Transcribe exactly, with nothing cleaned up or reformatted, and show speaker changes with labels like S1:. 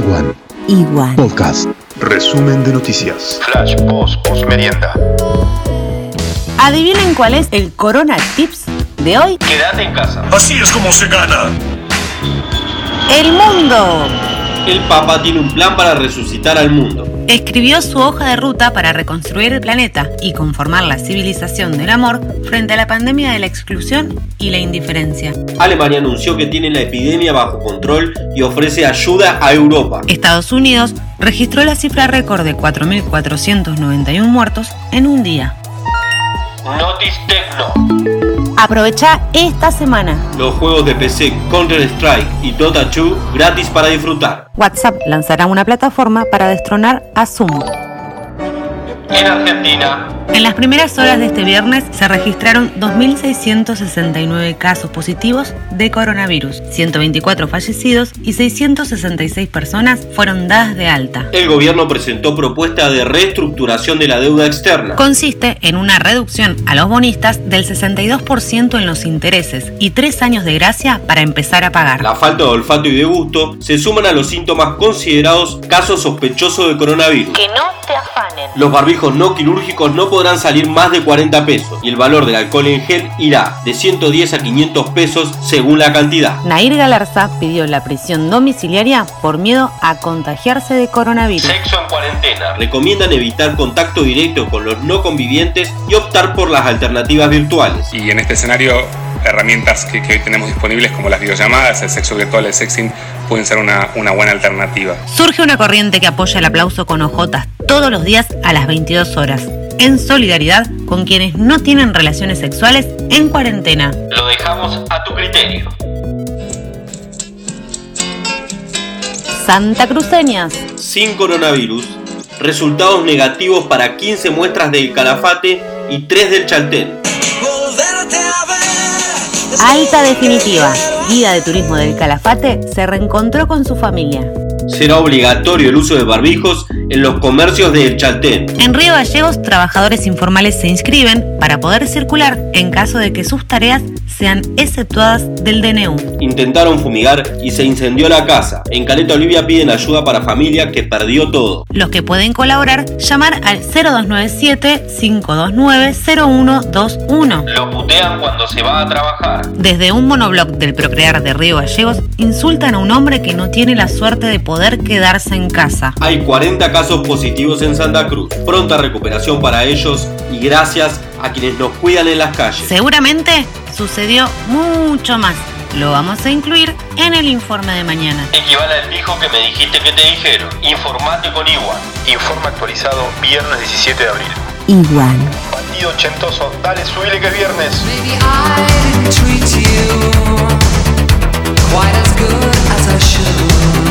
S1: Iguan.
S2: Iguan.
S1: Podcast. Resumen de noticias.
S3: Flash, post, post merienda.
S2: ¿Adivinen cuál es el Corona Tips de hoy?
S3: Quédate en casa.
S4: Así es como se gana.
S2: ¡El mundo!
S5: El Papa tiene un plan para resucitar al mundo.
S2: Escribió su hoja de ruta para reconstruir el planeta y conformar la civilización del amor frente a la pandemia de la exclusión y la indiferencia.
S5: Alemania anunció que tiene la epidemia bajo control y ofrece ayuda a Europa.
S2: Estados Unidos registró la cifra récord de cuatro mil cuatrocientos noventa y uno muertos en un día.
S3: Notice Tecno.
S2: Aprovecha esta semana.
S5: Los juegos de P C Counter-Strike y Dota dos gratis para disfrutar.
S2: WhatsApp lanzará una plataforma para destronar a Zoom.
S3: En Argentina.
S2: En las primeras horas de este viernes se registraron dos mil seiscientos sesenta y nueve casos positivos de coronavirus, ciento veinticuatro fallecidos y seiscientas sesenta y seis personas fueron dadas de alta.
S5: El gobierno presentó propuesta de reestructuración de la deuda externa.
S2: Consiste en una reducción a los bonistas del sesenta y dos por ciento en los intereses y tres años de gracia para empezar a pagar.
S5: La falta de olfato y de gusto se suman a los síntomas considerados casos sospechosos de coronavirus.
S2: Que no te afanen.
S5: Los barbijos no quirúrgicos no podrán salir más de cuarenta pesos y el valor del alcohol en gel irá de ciento diez a quinientos pesos según la cantidad.
S2: Nair Galarza pidió la prisión domiciliaria por miedo a contagiarse de coronavirus.
S3: Sexo en cuarentena.
S5: Recomiendan evitar contacto directo con los no convivientes y optar por las alternativas virtuales.
S6: Y en este escenario, herramientas que, que hoy tenemos disponibles como las videollamadas, el sexo virtual, el sexting, pueden ser una, una buena alternativa.
S2: Surge una corriente que apoya el aplauso con ojotas todos los días a las veintidós horas, en solidaridad con quienes no tienen relaciones sexuales en cuarentena.
S3: Lo dejamos a tu criterio.
S2: Santacruceñas.
S5: Sin coronavirus, resultados negativos para quince muestras del Calafate y tres del Chaltén.
S2: Alta definitiva. Guía de turismo del Calafate se reencontró con su familia.
S5: Será obligatorio el uso de barbijos en los comercios de El Chaltén.
S2: En Río Gallegos, trabajadores informales se inscriben para poder circular en caso de que sus tareas sean exceptuadas del D N U.
S5: Intentaron fumigar y se incendió la casa. En Caleta Olivia piden ayuda para familia que perdió todo.
S2: Los que pueden colaborar, llamar al cero dos nueve siete, cinco dos nueve, cero uno dos uno.
S3: Lo putean cuando se va a trabajar.
S2: Desde un monoblog del Procrear de Río Gallegos, insultan a un hombre que no tiene la suerte de poder quedarse en casa.
S5: Hay cuarenta casos positivos en Santa Cruz. Pronta recuperación para ellos y gracias a quienes nos cuidan en las calles.
S2: Seguramente sucedió mucho más. Lo vamos a incluir en el informe de mañana.
S3: Equivale al fijo que me dijiste que te dijeron. Informate con Iguan. Informe actualizado viernes diecisiete de abril.
S2: Iguan.
S3: Bandido ochentoso, dale, subile que es viernes.
S7: Maybe I didn't treat you quite as good as I should.